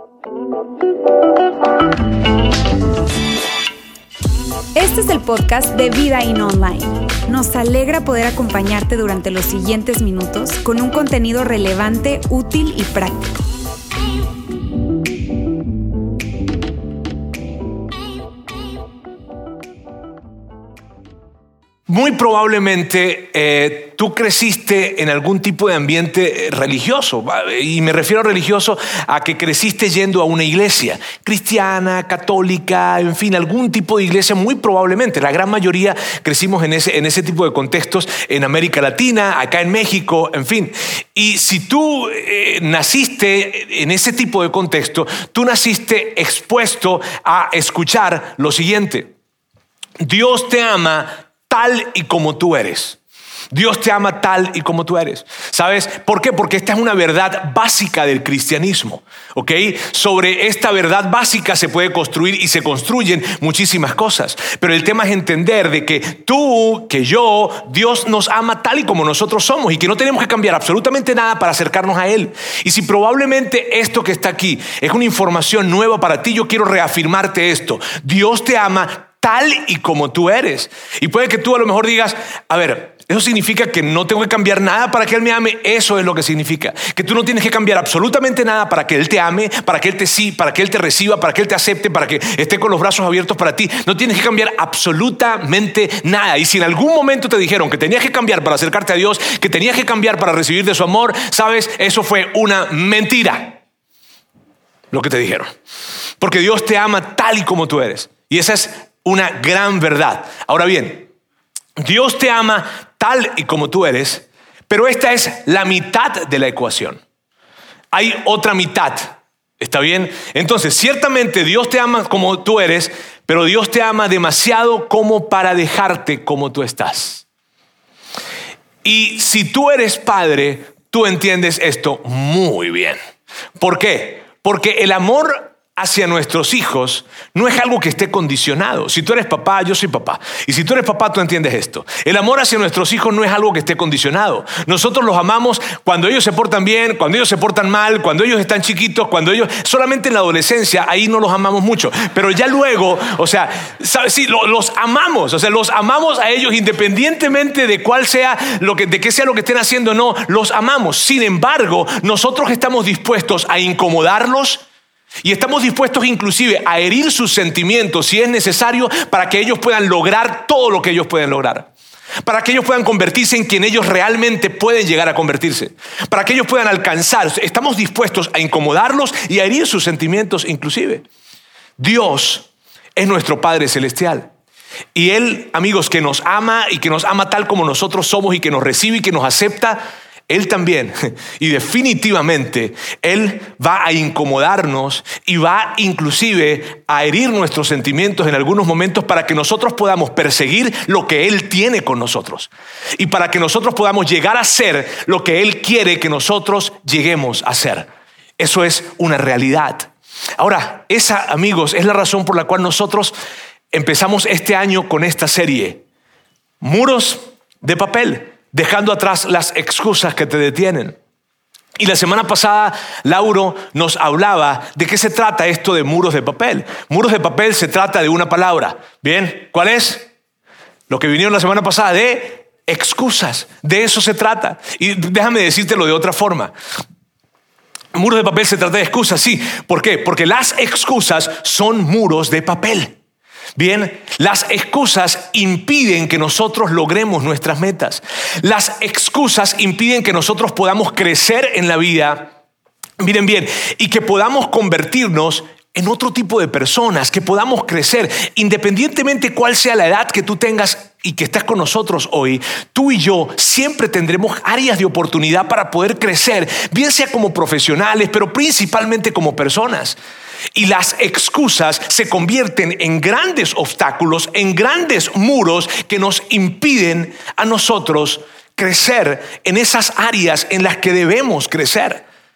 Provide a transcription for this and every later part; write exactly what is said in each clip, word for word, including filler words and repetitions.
Este es el podcast de Vida In Online. Nos alegra poder acompañarte durante los siguientes minutos con un contenido relevante, útil y práctico. Muy probablemente eh, tú creciste en algún tipo de ambiente religioso, y me refiero a religioso a que creciste yendo a una iglesia cristiana, católica, en fin, algún tipo de iglesia. Muy probablemente, la gran mayoría crecimos en ese, en ese tipo de contextos en América Latina, acá en México, en fin. Y si tú eh, naciste en ese tipo de contexto, tú naciste expuesto a escuchar lo siguiente: Dios te ama tal y como tú eres. Dios te ama tal y como tú eres. ¿Sabes por qué? Porque esta es una verdad básica del cristianismo, ¿ok? Sobre esta verdad básica se puede construir y se construyen muchísimas cosas. Pero el tema es entender de que tú, que yo, Dios nos ama tal y como nosotros somos y que no tenemos que cambiar absolutamente nada para acercarnos a Él. Y si probablemente esto que está aquí es una información nueva para ti, yo quiero reafirmarte esto: Dios te ama tal y como tú eres. Y puede que tú a lo mejor digas: a ver, ¿eso significa que no tengo que cambiar nada para que Él me ame? Eso es lo que significa. Que tú no tienes que cambiar absolutamente nada para que Él te ame, para que Él te sí, para que Él te reciba, para que Él te acepte, para que esté con los brazos abiertos para ti. No tienes que cambiar absolutamente nada. Y si en algún momento te dijeron que tenías que cambiar para acercarte a Dios, que tenías que cambiar para recibir de su amor, sabes, eso fue una mentira lo que te dijeron. Porque Dios te ama tal y como tú eres. Y esa es una gran verdad. Ahora bien, Dios te ama tal y como tú eres, pero esta es la mitad de la ecuación. Hay otra mitad, ¿está bien? Entonces, ciertamente Dios te ama como tú eres, pero Dios te ama demasiado como para dejarte como tú estás. Y si tú eres padre, tú entiendes esto muy bien. ¿Por qué? Porque el amor hacia nuestros hijos no es algo que esté condicionado. Si tú eres papá, yo soy papá. Y si tú eres papá, tú entiendes esto. El amor hacia nuestros hijos no es algo que esté condicionado. Nosotros los amamos cuando ellos se portan bien, cuando ellos se portan mal, cuando ellos están chiquitos, cuando ellos... Solamente en la adolescencia, ahí no los amamos mucho. Pero ya luego, o sea, ¿sabes? Sí, los amamos. O sea, los amamos a ellos independientemente de cuál sea lo que, de qué sea lo que estén haciendo. No, los amamos. Sin embargo, nosotros estamos dispuestos a incomodarlos y estamos dispuestos inclusive a herir sus sentimientos si es necesario para que ellos puedan lograr todo lo que ellos pueden lograr. Para que ellos puedan convertirse en quien ellos realmente pueden llegar a convertirse. Para que ellos puedan alcanzar. Estamos dispuestos a incomodarlos y a herir sus sentimientos inclusive. Dios es nuestro Padre Celestial. Y Él, amigos, que nos ama y que nos ama tal como nosotros somos y que nos recibe y que nos acepta, Él también, y definitivamente, Él va a incomodarnos y va inclusive a herir nuestros sentimientos en algunos momentos para que nosotros podamos perseguir lo que Él tiene con nosotros y para que nosotros podamos llegar a ser lo que Él quiere que nosotros lleguemos a ser. Eso es una realidad. Ahora, esa, amigos, es la razón por la cual nosotros empezamos este año con esta serie, Muros de Papel, dejando atrás las excusas que te detienen. Y la semana pasada, Lauro nos hablaba de qué se trata esto de muros de papel. Muros de papel se trata de una palabra. ¿Bien? ¿Cuál es? Lo que vinieron la semana pasada, de excusas. De eso se trata. Y déjame decírtelo de otra forma. Muros de papel se trata de excusas, sí. ¿Por qué? Porque las excusas son muros de papel. Bien, las excusas impiden que nosotros logremos nuestras metas. Las excusas impiden que nosotros podamos crecer en la vida, miren bien, y que podamos convertirnos en otro tipo de personas, que podamos crecer, independientemente cuál sea la edad que tú tengas y que estás con nosotros hoy. Tú y yo siempre tendremos áreas de oportunidad para poder crecer, bien sea como profesionales, pero principalmente como personas. Y las excusas se convierten en grandes obstáculos, en grandes muros que nos impiden a nosotros crecer en esas áreas en las que debemos crecer.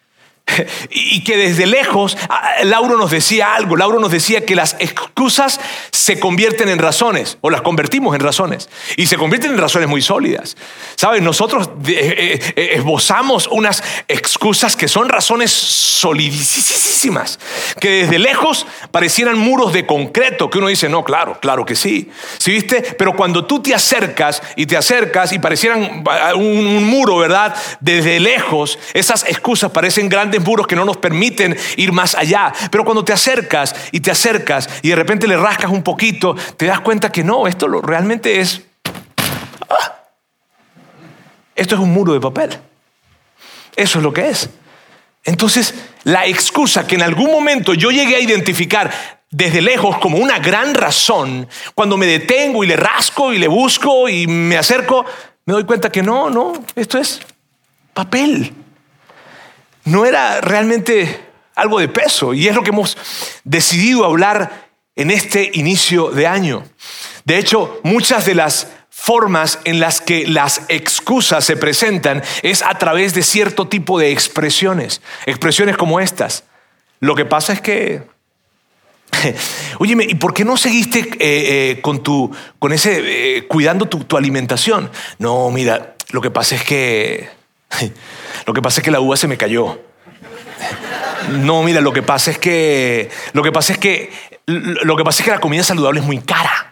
Y que desde lejos, Lauro nos decía algo. Lauro nos decía que las excusas se convierten en razones, o las convertimos en razones, y se convierten en razones muy sólidas. ¿Sabes? Nosotros esbozamos unas excusas que son razones solidísimas, que desde lejos parecieran muros de concreto, que uno dice, no, claro, claro que sí. ¿Sí viste? Pero cuando tú te acercas y te acercas y parecieran un, un muro, ¿verdad? Desde lejos, esas excusas parecen grandes muros que no nos permiten ir más allá. Pero cuando te acercas y te acercas y de repente le rascas un poquito, te das cuenta que no, esto lo, realmente es ¡ah! Esto es un muro de papel. Eso es lo que es. Entonces, la excusa que en algún momento yo llegué a identificar desde lejos como una gran razón, cuando me detengo y le rasco y le busco y me acerco, me doy cuenta que no, no, esto es papel. No era realmente algo de peso, y es lo que hemos decidido hablar en este inicio de año. De hecho, muchas de las formas en las que las excusas se presentan es a través de cierto tipo de expresiones. Expresiones como estas. Lo que pasa es que... Óyeme, ¿y por qué no seguiste eh, eh, con tu, con ese, eh, cuidando tu, tu alimentación? No, mira, lo que pasa es que... Lo que pasa es que la uva se me cayó. No, mira, lo que pasa es que... Lo que pasa es que... Lo que pasa es que la comida saludable es muy cara.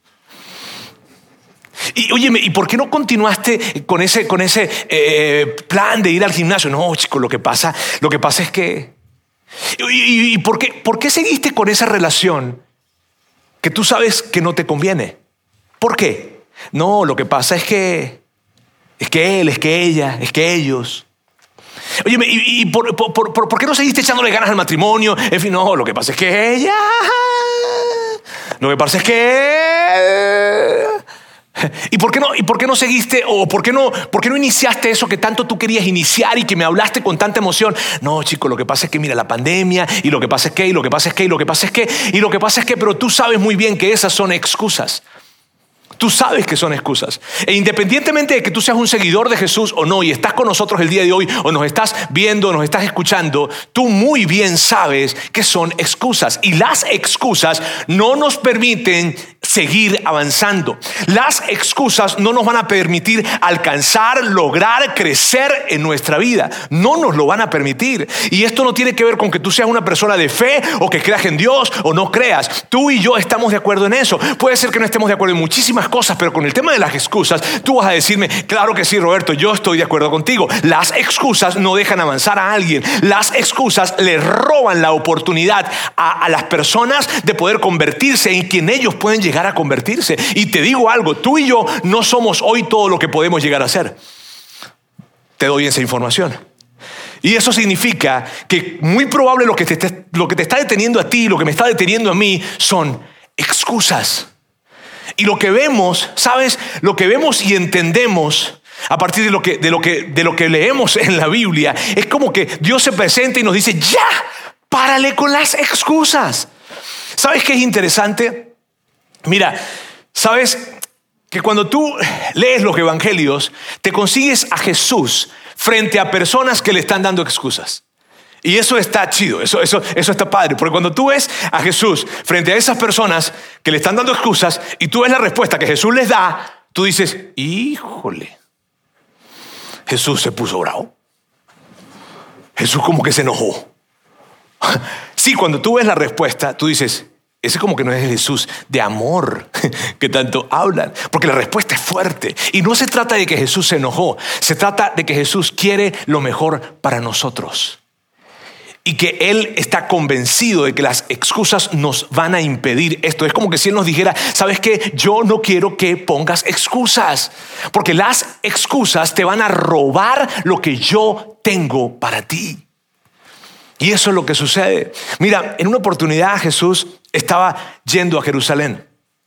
Y óyeme, ¿y por qué no continuaste con ese, con ese eh, plan de ir al gimnasio? No, chico, lo que pasa, lo que pasa es que... ¿Y, y, y por qué, por qué seguiste con esa relación que tú sabes que no te conviene? ¿Por qué? No, lo que pasa es que... Es que él, es que ella, es que ellos... Óyeme, ¿y, y por, por, por, por qué no seguiste echándole ganas al matrimonio? En fin, no, lo que pasa es que ella... Lo que pasa es que... ¿Y por qué no, y por qué no seguiste o por qué no, por qué no iniciaste eso que tanto tú querías iniciar y que me hablaste con tanta emoción? No, chico, lo que pasa es que mira la pandemia y lo que pasa es que, y lo que pasa es que, y lo que pasa es que, y lo que pasa es que, pero tú sabes muy bien que esas son excusas. Tú sabes que son excusas. E independientemente de que tú seas un seguidor de Jesús o no, y estás con nosotros el día de hoy, o nos estás viendo, o nos estás escuchando, tú muy bien sabes que son excusas. Y las excusas no nos permiten seguir avanzando. Las excusas no nos van a permitir alcanzar, lograr, crecer en nuestra vida. No nos lo van a permitir. Y esto no tiene que ver con que tú seas una persona de fe o que creas en Dios o no creas. Tú y yo estamos de acuerdo en eso. Puede ser que no estemos de acuerdo en muchísimas cosas, pero con el tema de las excusas, tú vas a decirme, claro que sí, Roberto, yo estoy de acuerdo contigo. Las excusas no dejan avanzar a alguien. Las excusas le roban la oportunidad a, a las personas de poder convertirse en quien ellos pueden llegar a convertirse. Y te digo algo, tú y yo no somos hoy todo lo que podemos llegar a ser. Te doy esa información. Y eso significa que muy probable lo que te, lo que te está deteniendo a ti, lo que me está deteniendo a mí, son excusas. Y lo que vemos, ¿sabes? Lo que vemos y entendemos a partir de lo que, de lo que, de lo que leemos en la Biblia, es como que Dios se presenta y nos dice, ya, párale con las excusas. ¿Sabes qué es interesante? Mira, ¿sabes que cuando tú lees los evangelios, te consigues a Jesús frente a personas que le están dando excusas? Y eso está chido, eso, eso, eso está padre, porque cuando tú ves a Jesús frente a esas personas que le están dando excusas y tú ves la respuesta que Jesús les da, tú dices, híjole, Jesús se puso bravo. Jesús como que se enojó. Sí, cuando tú ves la respuesta, tú dices, ese como que no es el Jesús de amor que tanto hablan, porque la respuesta es fuerte. Y no se trata de que Jesús se enojó, se trata de que Jesús quiere lo mejor para nosotros. Y que Él está convencido de que las excusas nos van a impedir esto. Es como que si Él nos dijera, ¿sabes qué? Yo no quiero que pongas excusas, porque las excusas te van a robar lo que yo tengo para ti. Y eso es lo que sucede. Mira, en una oportunidad Jesús estaba yendo a Jerusalén.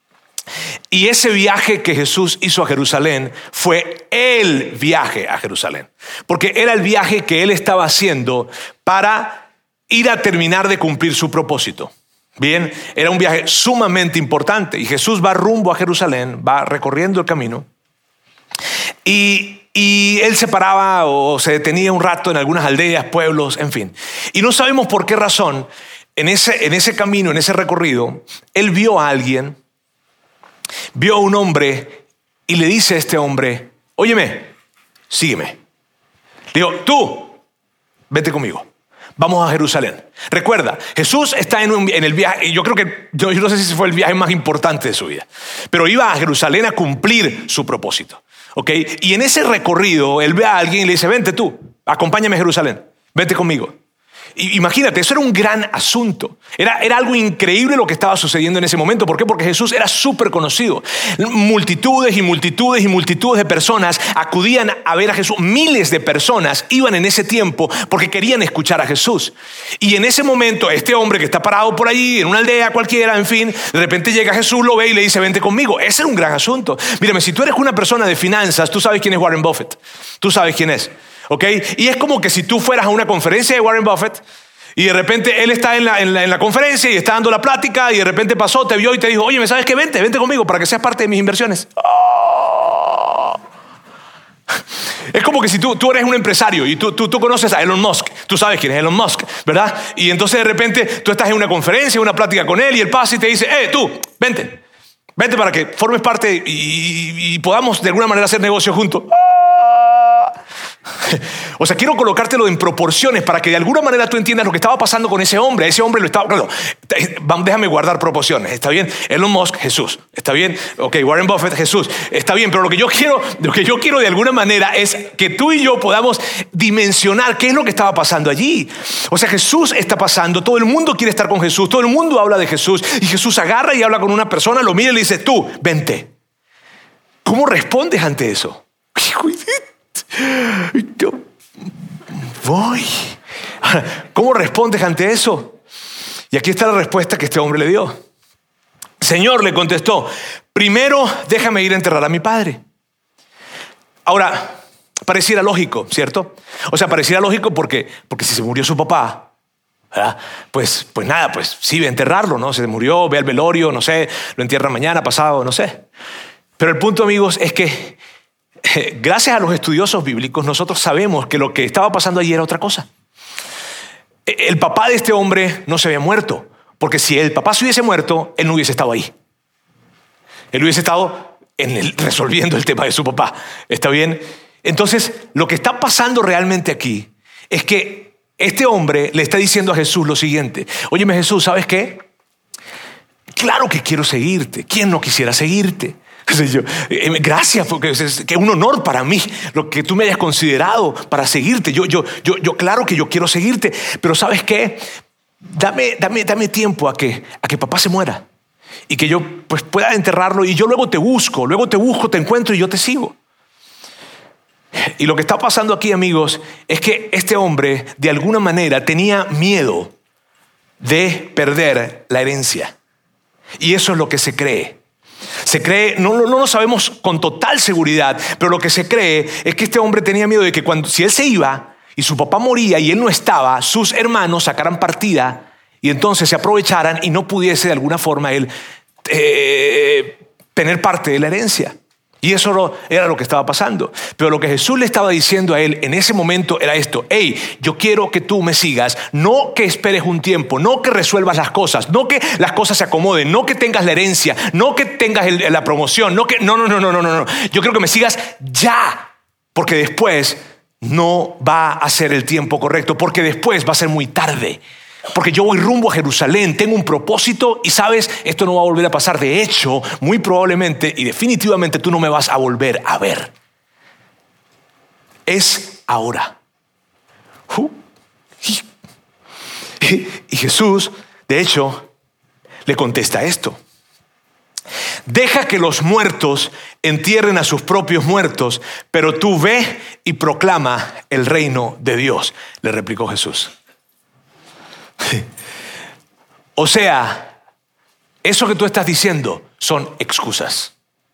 Y ese viaje que Jesús hizo a Jerusalén fue el viaje a Jerusalén. Porque era el viaje que Él estaba haciendo para ir a terminar de cumplir su propósito. Bien, era un viaje sumamente importante y Jesús va rumbo a Jerusalén, va recorriendo el camino Y, y él se paraba o se detenía un rato en algunas aldeas, pueblos, en fin. Y no sabemos por qué razón, en ese, en ese camino, en ese recorrido, él vio a alguien, vio a un hombre y le dice a este hombre, óyeme, sígueme. Digo, tú, vete conmigo. Vamos a Jerusalén. Recuerda, Jesús está en, un, en el viaje, y yo creo que, yo, yo no sé si fue el viaje más importante de su vida, pero iba a Jerusalén a cumplir su propósito. ¿Okay? Y en ese recorrido, él ve a alguien y le dice, vente tú, acompáñame a Jerusalén, vete conmigo. Y imagínate, eso era un gran asunto. Era, era algo increíble lo que estaba sucediendo en ese momento. ¿Por qué? Porque Jesús era súper conocido. Multitudes y multitudes y multitudes de personas acudían a ver a Jesús. Miles de personas iban en ese tiempo porque querían escuchar a Jesús. Y en ese momento, este hombre que está parado por allí, en una aldea cualquiera, en fin, de repente llega Jesús, lo ve y le dice, vente conmigo. Ese era un gran asunto. Mírame, si tú eres una persona de finanzas, tú sabes quién es Warren Buffett. Tú sabes quién es. ¿Okay? Y es como que si tú fueras a una conferencia de Warren Buffett y de repente él está en la, en, la, en la conferencia y está dando la plática y de repente pasó, te vio y te dijo, oye, ¿me sabes qué? Vente, vente conmigo para que seas parte de mis inversiones. Oh. Es como que si tú, tú eres un empresario y tú, tú, tú conoces a Elon Musk, tú sabes quién es Elon Musk, ¿verdad? Y entonces de repente tú estás en una conferencia, una plática con él y él pasa y te dice, eh, tú, vente, vente para que formes parte y, y, y podamos de alguna manera hacer negocio juntos. O sea, quiero colocártelo en proporciones para que de alguna manera tú entiendas lo que estaba pasando con ese hombre. Ese hombre lo estaba... Claro, déjame guardar proporciones. ¿Está bien? Elon Musk, Jesús. ¿Está bien? Ok, Warren Buffett, Jesús. Está bien, pero lo que yo quiero, lo que yo quiero de alguna manera es que tú y yo podamos dimensionar qué es lo que estaba pasando allí. O sea, Jesús está pasando. Todo el mundo quiere estar con Jesús. Todo el mundo habla de Jesús. Y Jesús agarra y habla con una persona, lo mira y le dice, tú, vente. ¿Cómo respondes ante eso? Yo voy. ¿Cómo respondes ante eso? Y aquí está la respuesta que este hombre le dio. Señor, le contestó, primero déjame ir a enterrar a mi padre. Ahora, pareciera lógico, ¿cierto? O sea, pareciera lógico porque, porque si se murió su papá, ¿verdad? Pues, pues nada, pues sí, ve a enterrarlo, ¿no? Se murió, ve al velorio, no sé, lo entierra mañana, pasado, no sé. Pero el punto, amigos, es que gracias a los estudiosos bíblicos, nosotros sabemos que lo que estaba pasando allí era otra cosa. El papá de este hombre no se había muerto, porque si el papá se hubiese muerto, él no hubiese estado ahí. Él hubiese estado en el, resolviendo el tema de su papá. ¿Está bien? Entonces, lo que está pasando realmente aquí es que este hombre le está diciendo a Jesús lo siguiente. Óyeme, Jesús, ¿sabes qué? Claro que quiero seguirte. ¿Quién no quisiera seguirte? Yo, eh, gracias, porque es que un honor para mí lo que tú me hayas considerado para seguirte. Yo, yo, yo, yo claro que yo quiero seguirte, pero ¿sabes qué? Dame, dame, dame tiempo a que, a que papá se muera y que yo pues, pueda enterrarlo y yo luego te busco, luego te busco, te encuentro y yo te sigo. Y lo que está pasando aquí, amigos, es que este hombre de alguna manera tenía miedo de perder la herencia. Y eso es lo que se cree. Se cree, no, no, no lo sabemos con total seguridad, pero lo que se cree es que este hombre tenía miedo de que cuando, si él se iba y su papá moría y él no estaba, sus hermanos sacaran partida y entonces se aprovecharan y no pudiese de alguna forma él eh, tener parte de la herencia. Y eso era lo que estaba pasando. Pero lo que Jesús le estaba diciendo a él en ese momento era esto. Hey, yo quiero que tú me sigas. No que esperes un tiempo, no que resuelvas las cosas, no que las cosas se acomoden, no que tengas la herencia, no que tengas el, la promoción, no que... No, no, no, no, no, no. Yo quiero que me sigas ya. Porque después no va a ser el tiempo correcto. Porque después va a ser muy tarde. Porque yo voy rumbo a Jerusalén, tengo un propósito y sabes, esto no va a volver a pasar. De hecho, muy probablemente y definitivamente tú no me vas a volver a ver. Es ahora. Uh, y, y, y Jesús, de hecho, le contesta esto. Deja que los muertos entierren a sus propios muertos, pero tú ve y proclama el reino de Dios, le replicó Jesús. O sea, eso que tú estás diciendo son excusas.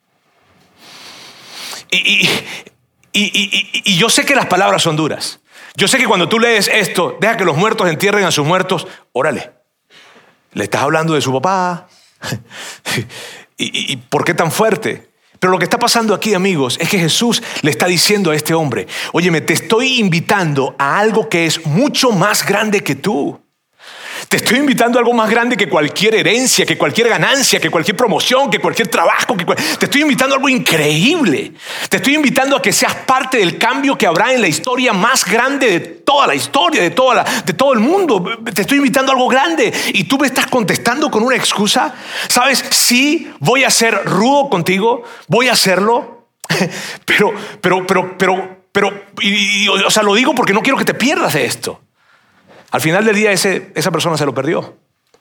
Y, y, y, y, y yo sé que las palabras son duras. Yo sé que cuando tú lees esto, deja que los muertos entierren a sus muertos, órale, le estás hablando de su papá. ¿Y, y, y por qué tan fuerte? Pero lo que está pasando aquí, amigos, es que Jesús le está diciendo a este hombre, óyeme, te estoy invitando a algo que es mucho más grande que tú. Te estoy invitando a algo más grande que cualquier herencia, que cualquier ganancia, que cualquier promoción, que cualquier trabajo. Que cual... Te estoy invitando a algo increíble. Te estoy invitando a que seas parte del cambio que habrá en la historia más grande de toda la historia, de, toda la, de todo el mundo. Te estoy invitando a algo grande y tú me estás contestando con una excusa. ¿Sabes? Sí, voy a ser rudo contigo, voy a hacerlo, pero, pero, pero, pero, pero, y, y, o sea, lo digo porque no quiero que te pierdas de esto. Al final del día ese, esa persona se lo perdió.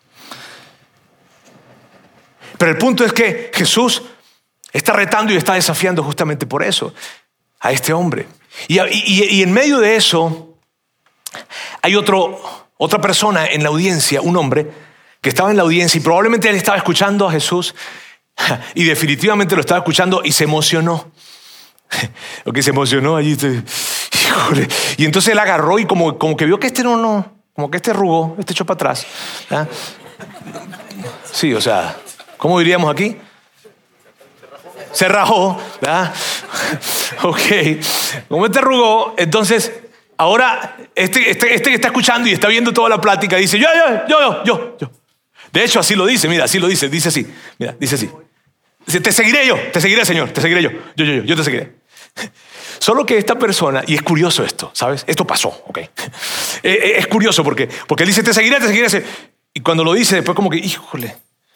Pero el punto es que Jesús está retando y está desafiando justamente por eso a este hombre. Y, y, y en medio de eso hay otro, otra persona en la audiencia, un hombre que estaba en la audiencia y probablemente él estaba escuchando a Jesús y definitivamente lo estaba escuchando y se emocionó. Lo que se emocionó allí. Híjole. Y entonces él agarró y como, como que vio que este no, no, como que este rugó, este echó para atrás. ¿Ah? Sí, o sea, ¿cómo diríamos aquí? Se rajó, ¿verdad? Ok. Como este rugó, entonces ahora este, este, este que está escuchando y está viendo toda la plática dice, yo, yo, yo, yo, yo. De hecho, así lo dice, mira, así lo dice, dice así, mira, dice así. Dice, te seguiré yo, te seguiré, Señor, te seguiré yo, yo, yo, yo, yo te seguiré. Solo que esta persona, y es curioso esto, ¿sabes? Esto pasó, ¿ok? Es curioso porque, porque él dice, te seguiré, te seguiré. Y cuando lo dice, después como que, híjole,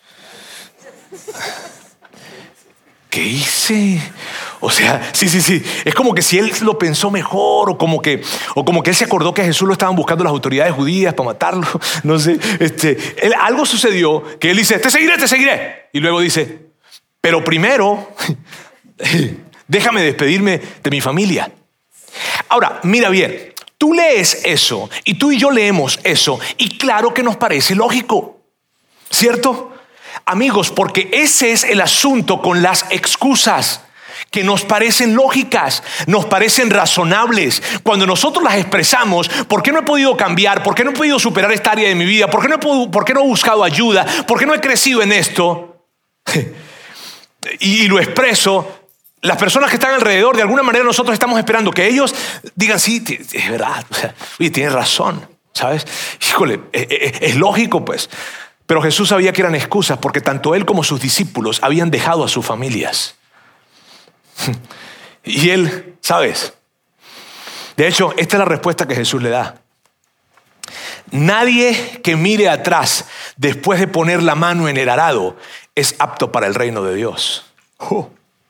¿qué hice? O sea, sí, sí, sí. Es como que si él lo pensó mejor o como que, o como que él se acordó que a Jesús lo estaban buscando las autoridades judías para matarlo. No sé, este, él, algo sucedió que él dice, te seguiré, te seguiré. Y luego dice, pero primero, déjame despedirme de mi familia. Ahora, mira bien, tú lees eso y tú y yo leemos eso y claro que nos parece lógico, ¿cierto? Amigos, porque ese es el asunto con las excusas que nos parecen lógicas, nos parecen razonables. Cuando nosotros las expresamos, ¿por qué no he podido cambiar? ¿Por qué no he podido superar esta área de mi vida? ¿Por qué no he, podido, por qué no he buscado ayuda? ¿Por qué no he crecido en esto? Y lo expreso. Las personas que están alrededor, de alguna manera nosotros estamos esperando que ellos digan, sí, es verdad, o sea, oye, tienes razón, ¿sabes? Híjole, es, es, es lógico pues. Pero Jesús sabía que eran excusas porque tanto él como sus discípulos habían dejado a sus familias. Y él, ¿sabes? De hecho, esta es la respuesta que Jesús le da. Nadie que mire atrás después de poner la mano en el arado es apto para el reino de Dios. Oh.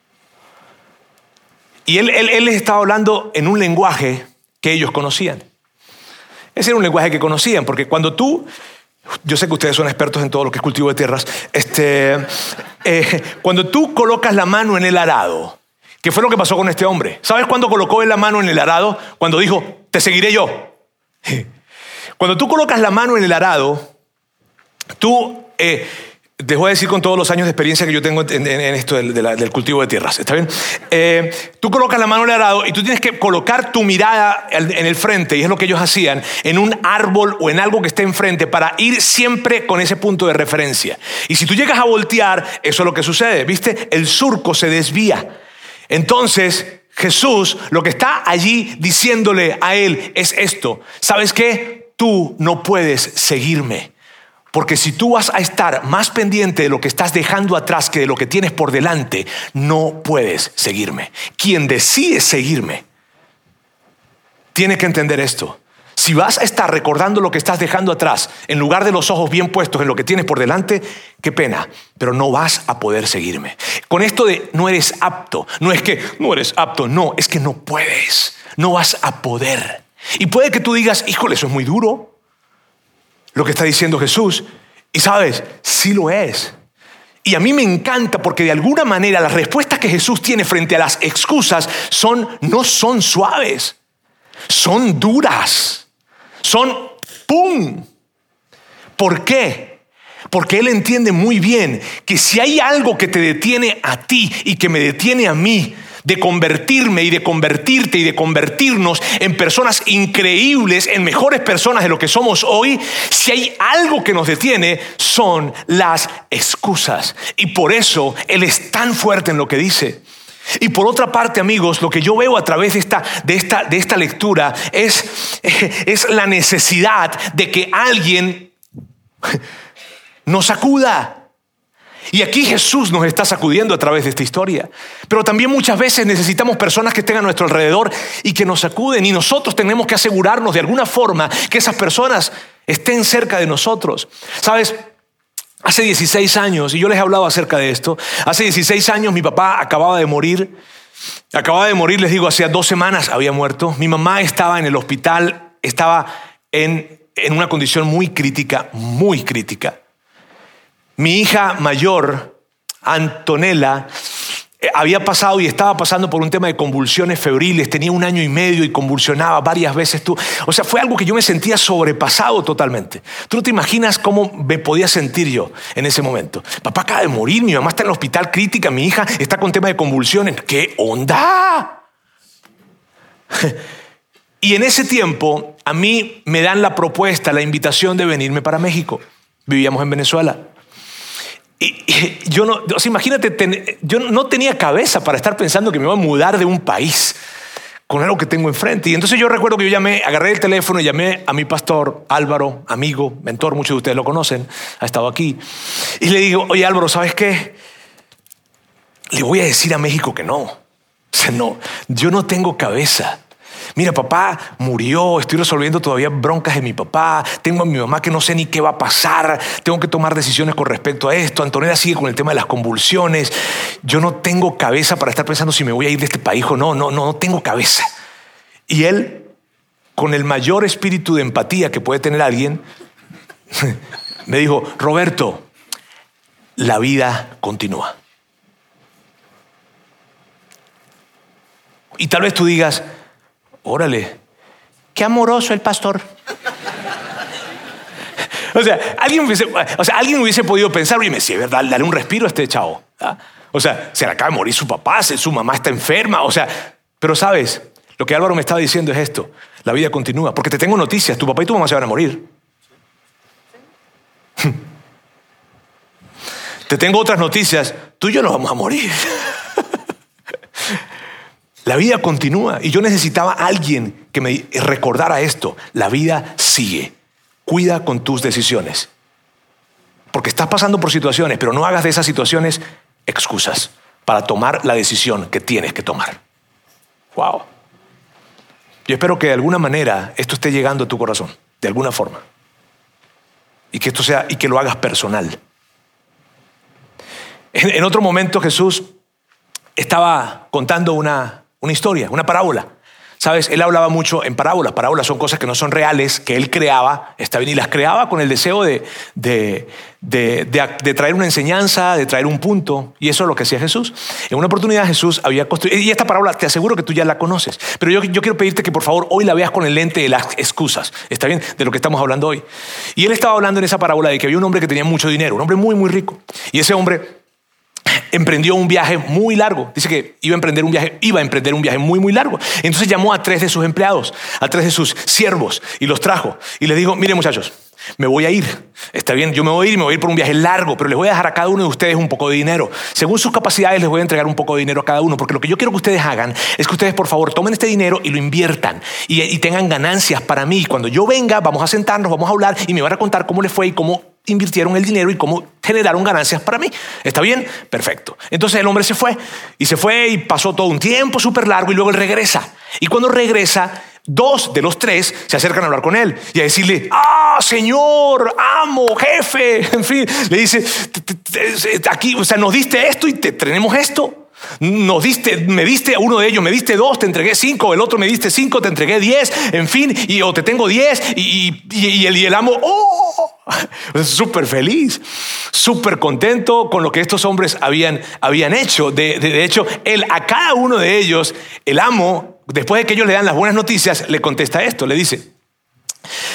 Y él, él, él les estaba hablando en un lenguaje que ellos conocían. Ese era un lenguaje que conocían, porque cuando tú, yo sé que ustedes son expertos en todo lo que es cultivo de tierras, este, eh, cuando tú colocas la mano en el arado, ¿qué fue lo que pasó con este hombre? ¿Sabes cuándo colocó él la mano en el arado? Cuando dijo, te seguiré yo. Cuando tú colocas la mano en el arado, tú... Eh, Te voy a decir con todos los años de experiencia que yo tengo en, en, en esto del, de la, del cultivo de tierras. ¿Está bien? Eh, tú colocas la mano en el arado y tú tienes que colocar tu mirada en el frente, y es lo que ellos hacían, en un árbol o en algo que esté enfrente para ir siempre con ese punto de referencia. Y si tú llegas a voltear, eso es lo que sucede. ¿Viste? El surco se desvía. Entonces, Jesús lo que está allí diciéndole a él es esto. ¿Sabes qué? Tú no puedes seguirme. Porque si tú vas a estar más pendiente de lo que estás dejando atrás que de lo que tienes por delante, no puedes seguirme. Quien decide seguirme tiene que entender esto. Si vas a estar recordando lo que estás dejando atrás, en lugar de los ojos bien puestos en lo que tienes por delante, qué pena, pero no vas a poder seguirme. Con esto de no eres apto, no es que no eres apto, no, es que no puedes, no vas a poder. Y puede que tú digas, híjole, eso es muy duro, lo que está diciendo Jesús. Y sabes, sí lo es. Y a mí me encanta porque de alguna manera las respuestas que Jesús tiene frente a las excusas son, no son suaves, son duras, son ¡pum! ¿Por qué? Porque Él entiende muy bien que si hay algo que te detiene a ti y que me detiene a mí de convertirme y de convertirte y de convertirnos en personas increíbles, en mejores personas de lo que somos hoy, si hay algo que nos detiene, son las excusas. Y por eso Él es tan fuerte en lo que dice. Y por otra parte, amigos, lo que yo veo a través de esta, de esta, de esta lectura es, es la necesidad de que alguien nos sacuda. Y aquí Jesús nos está sacudiendo a través de esta historia. Pero también muchas veces necesitamos personas que estén a nuestro alrededor y que nos sacuden. Y nosotros tenemos que asegurarnos de alguna forma que esas personas estén cerca de nosotros. ¿Sabes? Hace dieciséis años, y yo les he hablado acerca de esto, hace dieciséis años mi papá acababa de morir. Acababa de morir, les digo, hacía dos semanas había muerto. Mi mamá estaba en el hospital, estaba en, en una condición muy crítica, muy crítica. Mi hija mayor, Antonella, había pasado y estaba pasando por un tema de convulsiones febriles, tenía un año y medio y convulsionaba varias veces. Tú, o sea, fue algo que yo me sentía sobrepasado totalmente. Tú no te imaginas cómo me podía sentir yo en ese momento. Papá acaba de morir, mi mamá está en el hospital crítica, mi hija está con tema de convulsiones. ¿Qué onda? Y en ese tiempo a mí me dan la propuesta, la invitación de venirme para México. Vivíamos en Venezuela. Y, y yo no, o sea, imagínate, ten, yo no tenía cabeza para estar pensando que me iba a mudar de un país con algo que tengo enfrente. Y entonces yo recuerdo que yo llamé, agarré el teléfono y llamé a mi pastor Álvaro, amigo, mentor, muchos de ustedes lo conocen, ha estado aquí. Y le digo, oye Álvaro, ¿sabes qué? Le voy a decir a México que no. O sea, no, yo no tengo cabeza. Mira, papá murió, estoy resolviendo todavía broncas de mi papá, tengo a mi mamá que no sé ni qué va a pasar, tengo que tomar decisiones con respecto a esto, Antonella sigue con el tema de las convulsiones, yo no tengo cabeza para estar pensando si me voy a ir de este país o no, no, no, no tengo cabeza. Y él, con el mayor espíritu de empatía que puede tener alguien, me dijo, Roberto, la vida continúa. Y tal vez tú digas, órale, qué amoroso el pastor. O sea, alguien hubiese, o sea, alguien hubiese podido pensar, oye, sí, es verdad, dale un respiro a este chavo. ¿Ah? O sea, se le acaba de morir su papá, su mamá está enferma. O sea, pero sabes, lo que Álvaro me estaba diciendo es esto: la vida continúa. Porque te tengo noticias, tu papá y tu mamá se van a morir. Te tengo otras noticias, tú y yo nos vamos a morir. La vida continúa y yo necesitaba a alguien que me recordara esto. La vida sigue. Cuida con tus decisiones. Porque estás pasando por situaciones, pero no hagas de esas situaciones excusas para tomar la decisión que tienes que tomar. Wow. Yo espero que de alguna manera esto esté llegando a tu corazón, de alguna forma. Y que esto sea, y que lo hagas personal. En, en otro momento Jesús estaba contando una Una historia, una parábola. ¿Sabes? Él hablaba mucho en parábolas. Parábolas son cosas que no son reales, que él creaba, está bien, y las creaba con el deseo de, de, de, de, de traer una enseñanza, de traer un punto. Y eso es lo que hacía Jesús. En una oportunidad Jesús había construido, y esta parábola te aseguro que tú ya la conoces, pero yo, yo quiero pedirte que por favor hoy la veas con el lente de las excusas. ¿Está bien? De lo que estamos hablando hoy. Y él estaba hablando en esa parábola de que había un hombre que tenía mucho dinero, un hombre muy, muy rico. Y ese hombre emprendió un viaje muy largo. Dice que iba a emprender un viaje, iba a emprender un viaje muy, muy largo. Entonces llamó a tres de sus empleados, a tres de sus siervos, y los trajo. Y les dijo, miren muchachos, me voy a ir. Está bien, yo me voy a ir y me voy a ir por un viaje largo, pero les voy a dejar a cada uno de ustedes un poco de dinero. Según sus capacidades les voy a entregar un poco de dinero a cada uno, porque lo que yo quiero que ustedes hagan es que ustedes por favor tomen este dinero y lo inviertan y, y tengan ganancias para mí. Cuando yo venga vamos a sentarnos, vamos a hablar y me van a contar cómo les fue y cómo invirtieron el dinero y cómo generaron ganancias para mí. ¿Está bien? Perfecto. Entonces el hombre se fue y se fue y pasó todo un tiempo súper largo y luego él regresa. Y cuando regresa, dos de los tres se acercan a hablar con él y a decirle, ah, señor, amo, jefe, en fin, le dice, aquí, o sea, nos diste esto y te tenemos esto. Nos diste, me diste a uno de ellos, me diste dos, te entregué cinco, el otro me diste cinco, te entregué diez, en fin, y o te tengo diez, y, y, y, el, y el amo, oh, súper feliz, súper contento con lo que estos hombres habían, habían hecho. De, de, de hecho, él a cada uno de ellos, el amo, después de que ellos le dan las buenas noticias, le contesta esto, le dice,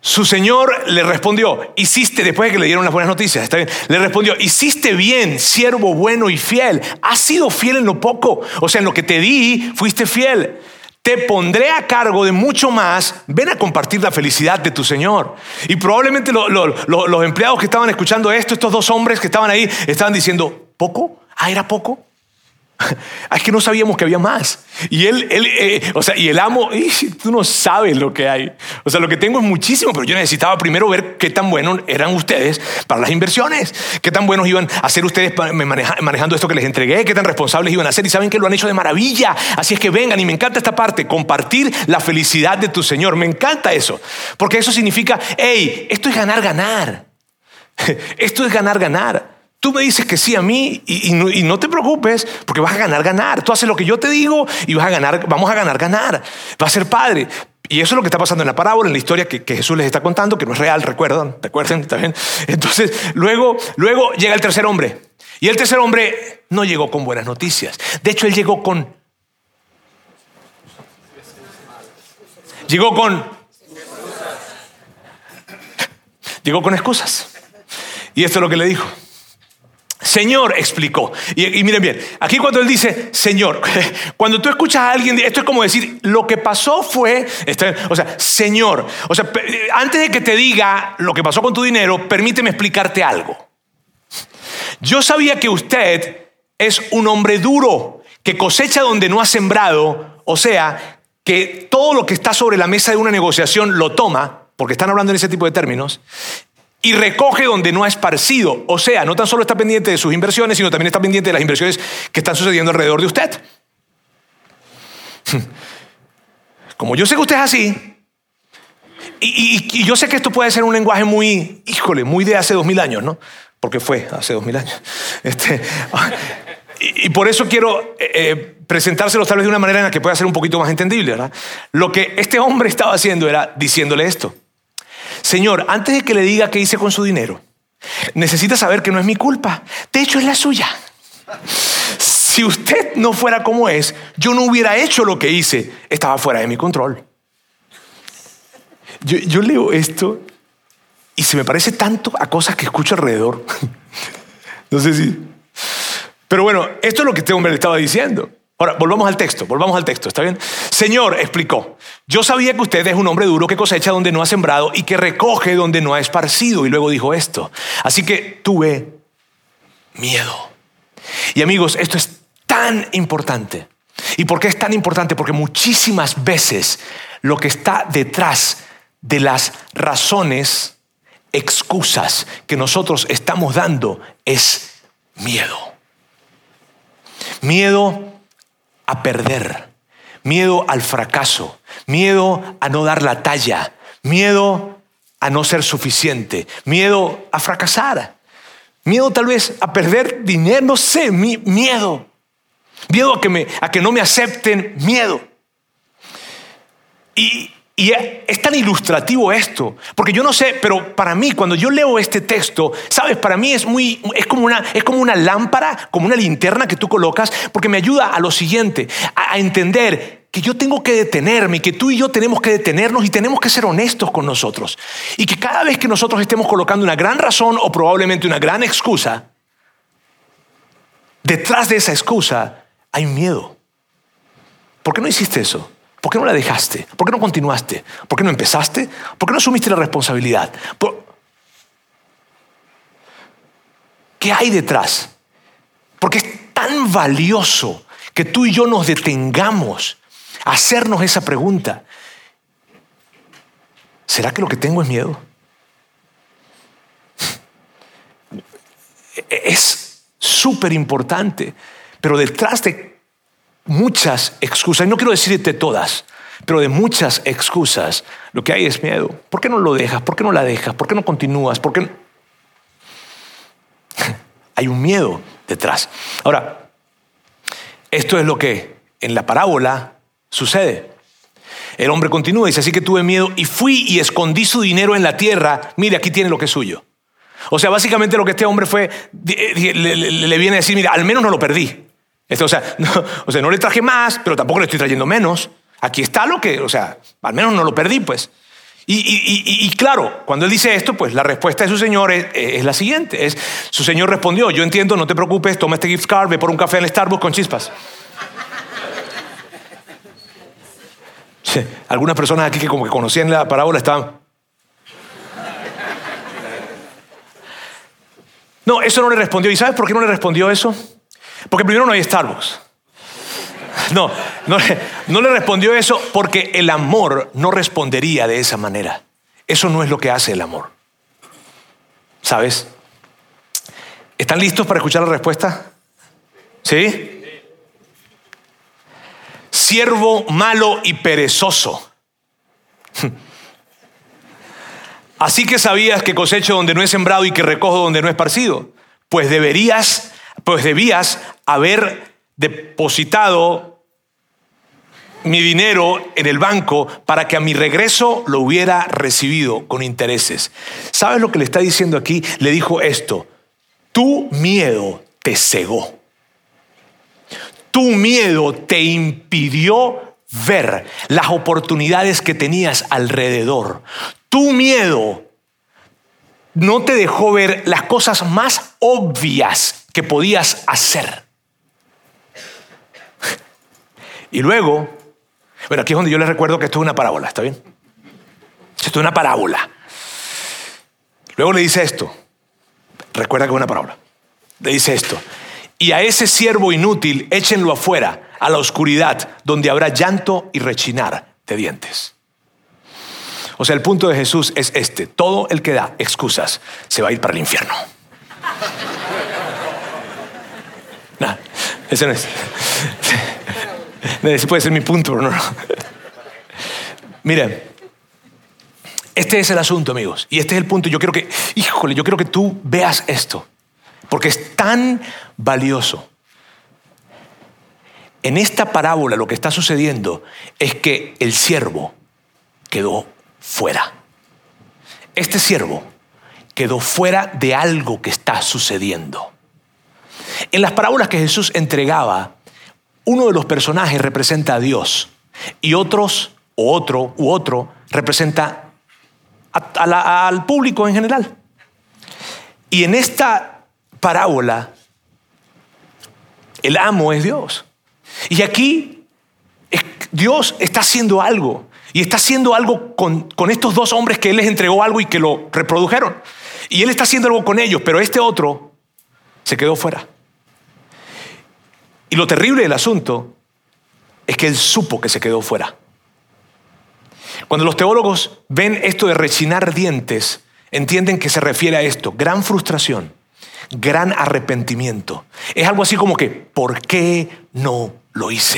Su señor le respondió, hiciste, después de que le dieron las buenas noticias, está bien, le respondió, hiciste bien, siervo bueno y fiel. Has sido fiel en lo poco, o sea, en lo que te di, fuiste fiel. Te pondré a cargo de mucho más. Ven a compartir la felicidad de tu señor. Y probablemente lo, lo, lo, los empleados que estaban escuchando esto, estos dos hombres que estaban ahí, estaban diciendo, ¿poco? Ah, ¿era poco? Es que no sabíamos que había más. Y él, él eh, o sea, y el amo, tú no sabes lo que hay. O sea, lo que tengo es muchísimo, pero yo necesitaba primero ver qué tan buenos eran ustedes para las inversiones, qué tan buenos iban a ser ustedes maneja, manejando esto que les entregué, qué tan responsables iban a ser. Y saben que lo han hecho de maravilla. Así es que vengan, y me encanta esta parte, compartir la felicidad de tu Señor. Me encanta eso, porque eso significa, hey, esto es ganar, ganar. Esto es ganar, ganar. Tú me dices que sí a mí y, y, no, y no te preocupes, porque vas a ganar, ganar. Tú haces lo que yo te digo y vas a ganar, vamos a ganar, ganar. Va a ser padre. Y eso es lo que está pasando en la parábola, en la historia que, que Jesús les está contando, que no es real, recuerdan, recuerden, ¿está bien? Entonces, luego, luego llega el tercer hombre. Y el tercer hombre no llegó con buenas noticias. De hecho, él llegó con... Llegó con... Llegó con excusas. Y esto es lo que le dijo. Señor, explicó. Y, y miren bien, aquí cuando él dice Señor, cuando tú escuchas a alguien, esto es como decir, lo que pasó fue, este, o sea, Señor, o sea, antes de que te diga lo que pasó con tu dinero, permíteme explicarte algo. Yo sabía que usted es un hombre duro, que cosecha donde no ha sembrado, o sea, que todo lo que está sobre la mesa de una negociación lo toma, porque están hablando en ese tipo de términos, y recoge donde no ha esparcido. O sea, no tan solo está pendiente de sus inversiones, sino también está pendiente de las inversiones que están sucediendo alrededor de usted. Como yo sé que usted es así, y, y, y yo sé que esto puede ser un lenguaje muy, híjole, muy de hace dos mil años, ¿no? Porque fue hace dos mil años. Este, y, y por eso quiero eh, presentárselos tal vez de una manera en la que pueda ser un poquito más entendible, ¿verdad? Lo que este hombre estaba haciendo era diciéndole esto. Señor, antes de que le diga qué hice con su dinero, necesita saber que no es mi culpa. De hecho, es la suya. Si usted no fuera como es, yo no hubiera hecho lo que hice. Estaba fuera de mi control. Yo, yo leo esto y se me parece tanto a cosas que escucho alrededor. No sé si... Pero bueno, esto es lo que este hombre le estaba diciendo. Ahora, volvamos al texto, volvamos al texto, ¿está bien? Señor, explicó, yo sabía que usted es un hombre duro que cosecha donde no ha sembrado y que recoge donde no ha esparcido. Y luego dijo esto. Así que tuve miedo. Y amigos, esto es tan importante. ¿Y por qué es tan importante? Porque muchísimas veces lo que está detrás de las razones, excusas que nosotros estamos dando es miedo. Miedo a perder, miedo al fracaso, miedo a no dar la talla, miedo a no ser suficiente, miedo a fracasar, miedo tal vez a perder dinero, no sé, mi, miedo, miedo a que, me, a que no me acepten, miedo. Y, y es tan ilustrativo esto, porque yo no sé, pero para mí cuando yo leo este texto, sabes, para mí es muy, es como una, es como una lámpara, como una linterna que tú colocas, porque me ayuda a lo siguiente, a, a entender que yo tengo que detenerme, que tú y yo tenemos que detenernos y tenemos que ser honestos con nosotros, y que cada vez que nosotros estemos colocando una gran razón o probablemente una gran excusa, detrás de esa excusa hay miedo. ¿Por qué no hiciste eso? ¿Por qué no la dejaste? ¿Por qué no continuaste? ¿Por qué no empezaste? ¿Por qué no asumiste la responsabilidad? ¿Por... ¿Qué hay detrás? Porque es tan valioso que tú y yo nos detengamos a hacernos esa pregunta. ¿Será que lo que tengo es miedo? Es súper importante, pero detrás de muchas excusas, y no quiero decirte todas, pero de muchas excusas, lo que hay es miedo. ¿Por qué no lo dejas? ¿Por qué no la dejas? ¿Por qué no continúas? ¿Por qué no? Hay un miedo detrás. Ahora, esto es lo que en la parábola sucede. El hombre continúa y dice, así que tuve miedo y fui y escondí su dinero en la tierra. Mire, aquí tiene lo que es suyo. O sea, básicamente lo que este hombre fue, le, le, le viene a decir, mira, al menos no lo perdí. Este, o, sea, no, o sea, no le traje más, pero tampoco le estoy trayendo menos. Aquí está lo que, o sea, al menos no lo perdí, pues. Y, y, y, y claro, cuando él dice esto, pues la respuesta de su señor es, es la siguiente. Es, su señor respondió, yo entiendo, no te preocupes, toma este gift card, ve por un café en el Starbucks con chispas. Sí, algunas personas aquí que como que conocían la parábola estaban... No, eso no le respondió. ¿Y sabes por qué no le respondió eso? Porque primero no hay Starbucks. No, no, no le respondió eso porque el amor no respondería de esa manera. Eso no es lo que hace el amor. ¿Sabes? ¿Están listos para escuchar la respuesta? ¿Sí? Siervo malo y perezoso. Así que sabías que cosecho donde no he sembrado y que recojo donde no he esparcido. Pues deberías, pues debías haber depositado mi dinero en el banco para que a mi regreso lo hubiera recibido con intereses. ¿Sabes lo que le está diciendo aquí? Le dijo esto: tu miedo te cegó. Tu miedo te impidió ver las oportunidades que tenías alrededor. Tu miedo no te dejó ver las cosas más obvias que podías hacer. Y luego, bueno, aquí es donde yo les recuerdo que esto es una parábola, ¿está bien? Esto es una parábola. Luego le dice esto. Recuerda que es una parábola. Le dice esto. Y a ese siervo inútil échenlo afuera, a la oscuridad, donde habrá llanto y rechinar de dientes. O sea, el punto de Jesús es este: todo el que da excusas se va a ir para el infierno. No, ese no es. Ese puede ser mi punto, pero no, no. Miren, este es el asunto, amigos, y este es el punto. Yo quiero que, híjole, yo quiero que tú veas esto, porque es tan valioso. En esta parábola lo que está sucediendo es que el siervo quedó fuera. Este siervo quedó fuera de algo que está sucediendo. En las parábolas que Jesús entregaba, uno de los personajes representa a Dios y otros, o otro, u otro, representa a, a la, al público en general. Y en esta parábola, el amo es Dios. Y aquí Dios está haciendo algo. Y está haciendo algo con, con estos dos hombres que Él les entregó algo y que lo reprodujeron. Y Él está haciendo algo con ellos, pero este otro se quedó fuera. Y lo terrible del asunto es que Él supo que se quedó fuera. Cuando los teólogos ven esto de rechinar dientes, entienden que se refiere a esto: gran frustración, gran arrepentimiento. Es algo así como que, ¿por qué no lo hice?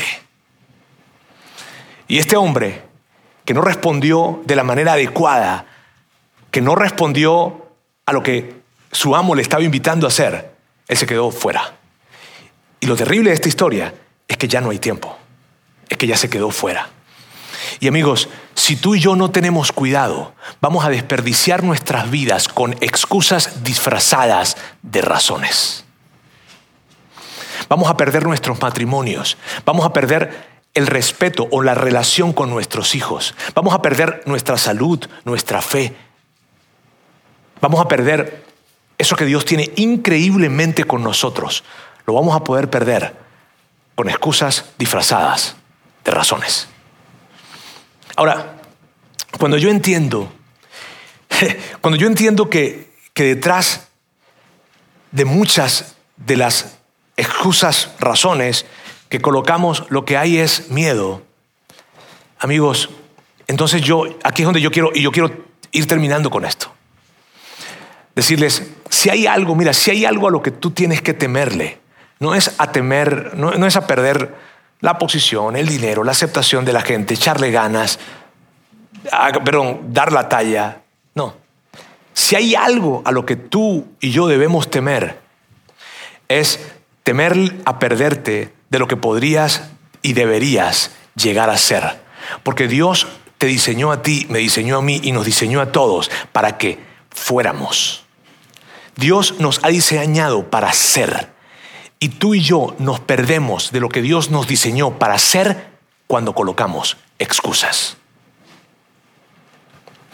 Y este hombre, que no respondió de la manera adecuada, que no respondió a lo que su amo le estaba invitando a hacer, él se quedó fuera. Y lo terrible de esta historia es que ya no hay tiempo, es que ya se quedó fuera. Y amigos, si tú y yo no tenemos cuidado, vamos a desperdiciar nuestras vidas con excusas disfrazadas de razones. Vamos a perder nuestros matrimonios, vamos a perder el respeto o la relación con nuestros hijos. Vamos a perder nuestra salud, nuestra fe. Vamos a perder eso que Dios tiene increíblemente con nosotros. Lo vamos a poder perder con excusas disfrazadas de razones. Ahora, cuando yo entiendo, cuando yo entiendo que, que detrás de muchas de las excusas, razones que colocamos, lo que hay es miedo, amigos, entonces yo, aquí es donde yo quiero, y yo quiero ir terminando con esto. Decirles, si hay algo, mira, si hay algo a lo que tú tienes que temerle, no es a temer, no, no es a perder la posición, el dinero, la aceptación de la gente, echarle ganas, a, perdón, dar la talla, no. Si hay algo a lo que tú y yo debemos temer, es temer a perderte de lo que podrías y deberías llegar a ser. Porque Dios te diseñó a ti, me diseñó a mí y nos diseñó a todos para que fuéramos. Dios nos ha diseñado para ser. Y tú y yo nos perdemos de lo que Dios nos diseñó para ser cuando colocamos excusas.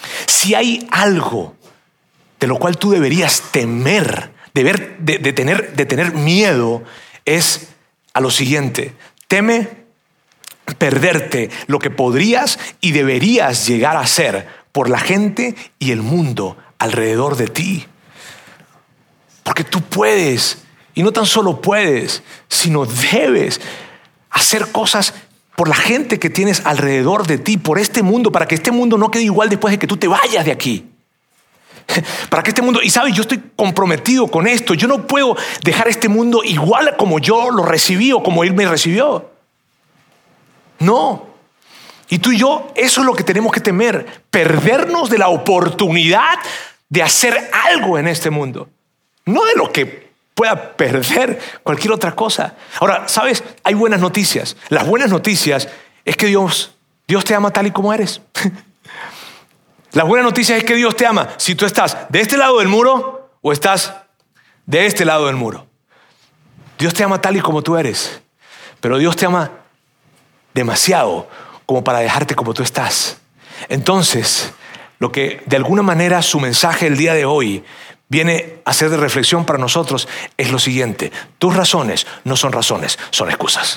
si hay algo de lo cual tú deberías temer, deber, de, de, tener, de tener miedo, es a lo siguiente. Teme perderte lo que podrías y deberías llegar a ser por la gente y el mundo alrededor de ti. Porque tú puedes, y no tan solo puedes, sino debes hacer cosas por la gente que tienes alrededor de ti, por este mundo, para que este mundo no quede igual después de que tú te vayas de aquí. Para que este mundo, y sabes, yo estoy comprometido con esto. Yo no puedo dejar este mundo igual como yo lo recibí o como él me recibió. No. Y tú y yo, eso es lo que tenemos que temer, perdernos de la oportunidad de hacer algo en este mundo, no de lo que pueda perder cualquier otra cosa. Ahora, ¿sabes? Hay buenas noticias. Las buenas noticias es que Dios, Dios te ama tal y como eres. Las buenas noticias es que Dios te ama si tú estás de este lado del muro o estás de este lado del muro. Dios te ama tal y como tú eres, pero Dios te ama demasiado como para dejarte como tú estás. Entonces, lo que de alguna manera su mensaje el día de hoy viene a ser de reflexión para nosotros es lo siguiente: tus razones no son razones, son excusas.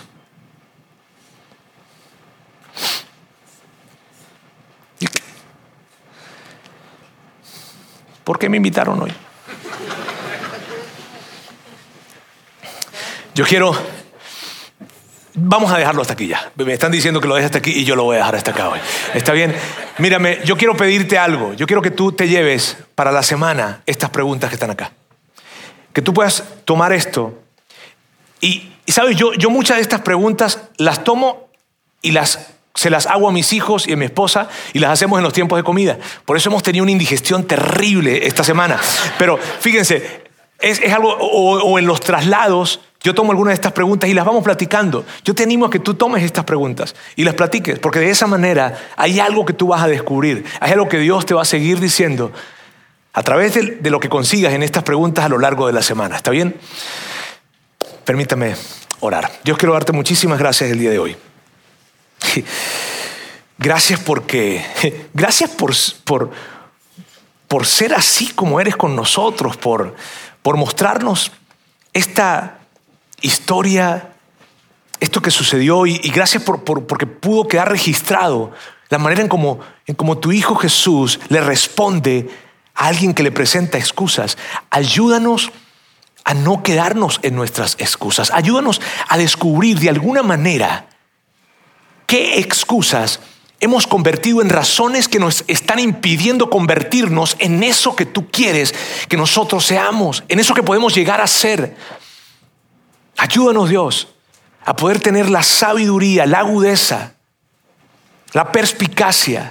¿Por qué me invitaron hoy? Yo quiero... Vamos a dejarlo hasta aquí ya. Me están diciendo que lo deje hasta aquí y yo lo voy a dejar hasta acá hoy. ¿Está bien? Mírame, yo quiero pedirte algo. Yo quiero que tú te lleves para la semana estas preguntas que están acá. Que tú puedas tomar esto. Y, y sabes, yo, yo muchas de estas preguntas las tomo y las... se las hago a mis hijos y a mi esposa y las hacemos en los tiempos de comida. Por eso hemos tenido una indigestión terrible esta semana. Pero fíjense, es, es algo, o, o en los traslados, yo tomo algunas de estas preguntas y las vamos platicando. Yo te animo a que tú tomes estas preguntas y las platiques, porque de esa manera hay algo que tú vas a descubrir. Hay algo que Dios te va a seguir diciendo a través de, de lo que consigas en estas preguntas a lo largo de la semana. ¿Está bien? Permítame orar. Dios, quiero darte muchísimas gracias el día de hoy. Gracias porque, gracias por, por, por ser así como eres con nosotros, por, por mostrarnos esta historia, esto que sucedió, y, y gracias por, por, porque pudo quedar registrado la manera en cómo en cómo tu Hijo Jesús le responde a alguien que le presenta excusas. Ayúdanos a no quedarnos en nuestras excusas. Ayúdanos a descubrir de alguna manera qué excusas hemos convertido en razones que nos están impidiendo convertirnos en eso que tú quieres que nosotros seamos, en eso que podemos llegar a ser. Ayúdanos, Dios, a poder tener la sabiduría, la agudeza, la perspicacia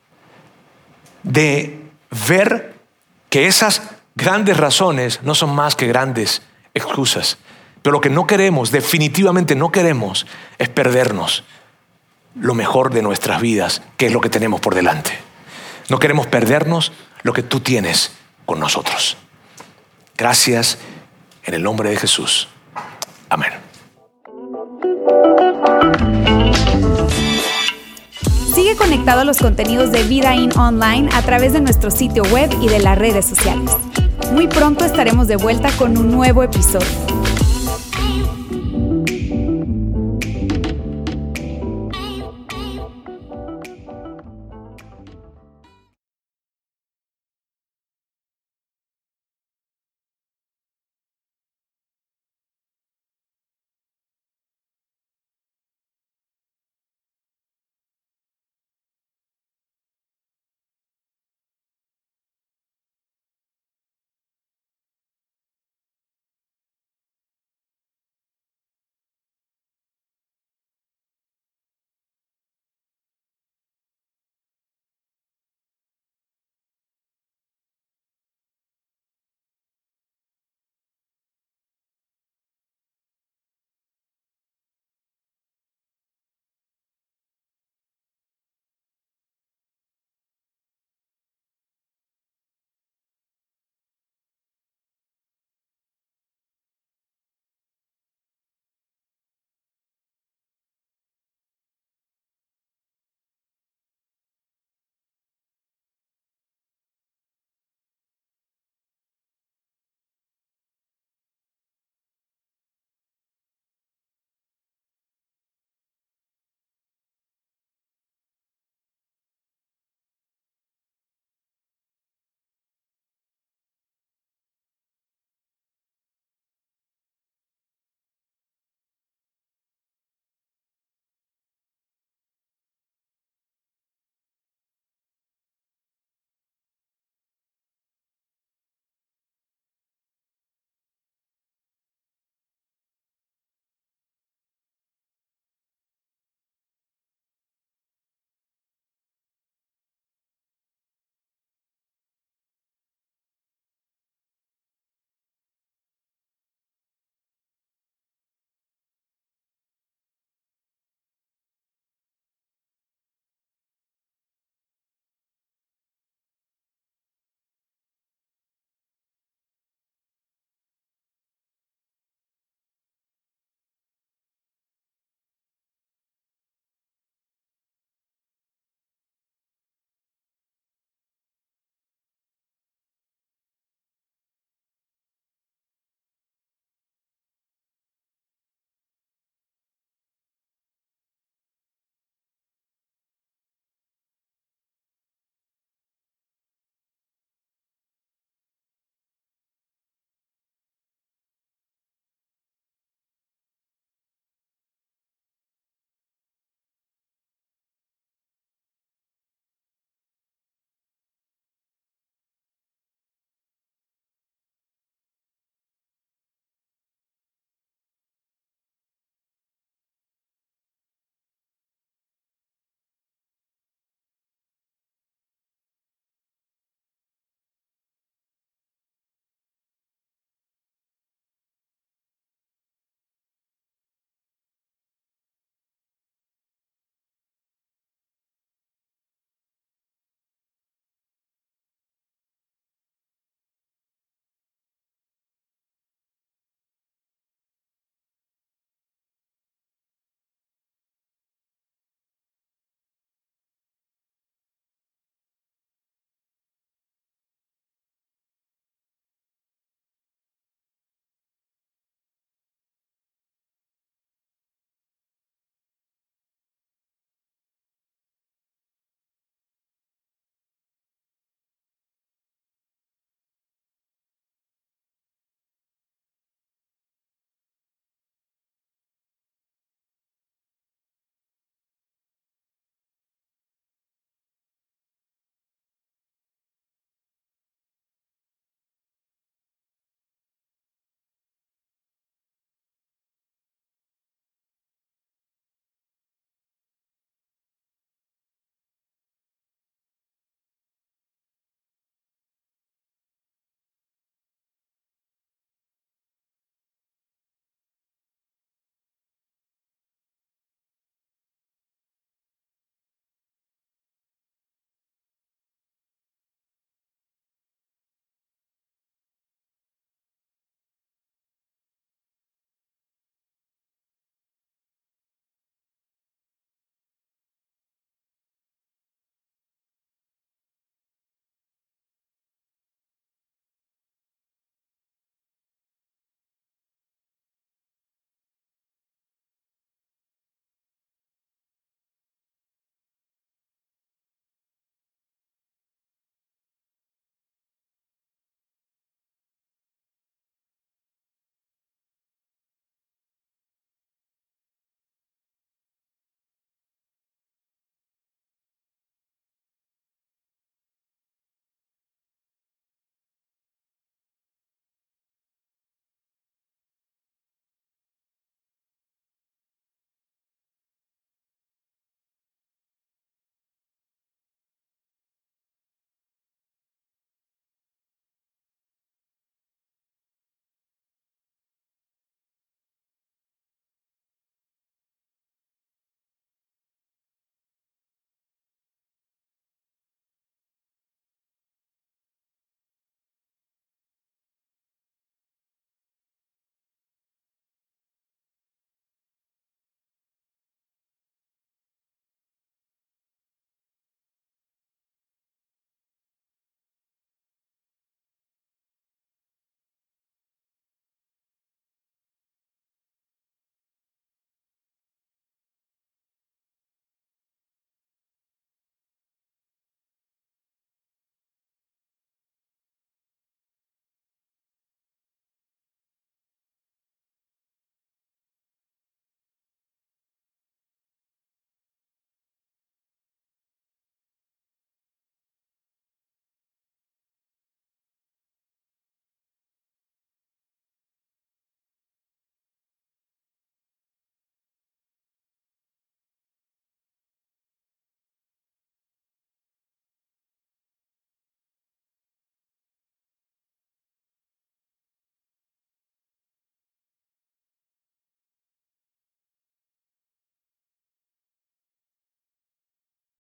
de ver que esas grandes razones no son más que grandes excusas. Pero lo que no queremos, definitivamente no queremos, es perdernos lo mejor de nuestras vidas, que es lo que tenemos por delante. No queremos perdernos lo que tú tienes con nosotros. Gracias en el nombre de Jesús. Amén. Sigue conectado a los contenidos de Vida In Online a través de nuestro sitio web y de las redes sociales. Muy pronto estaremos de vuelta con un nuevo episodio.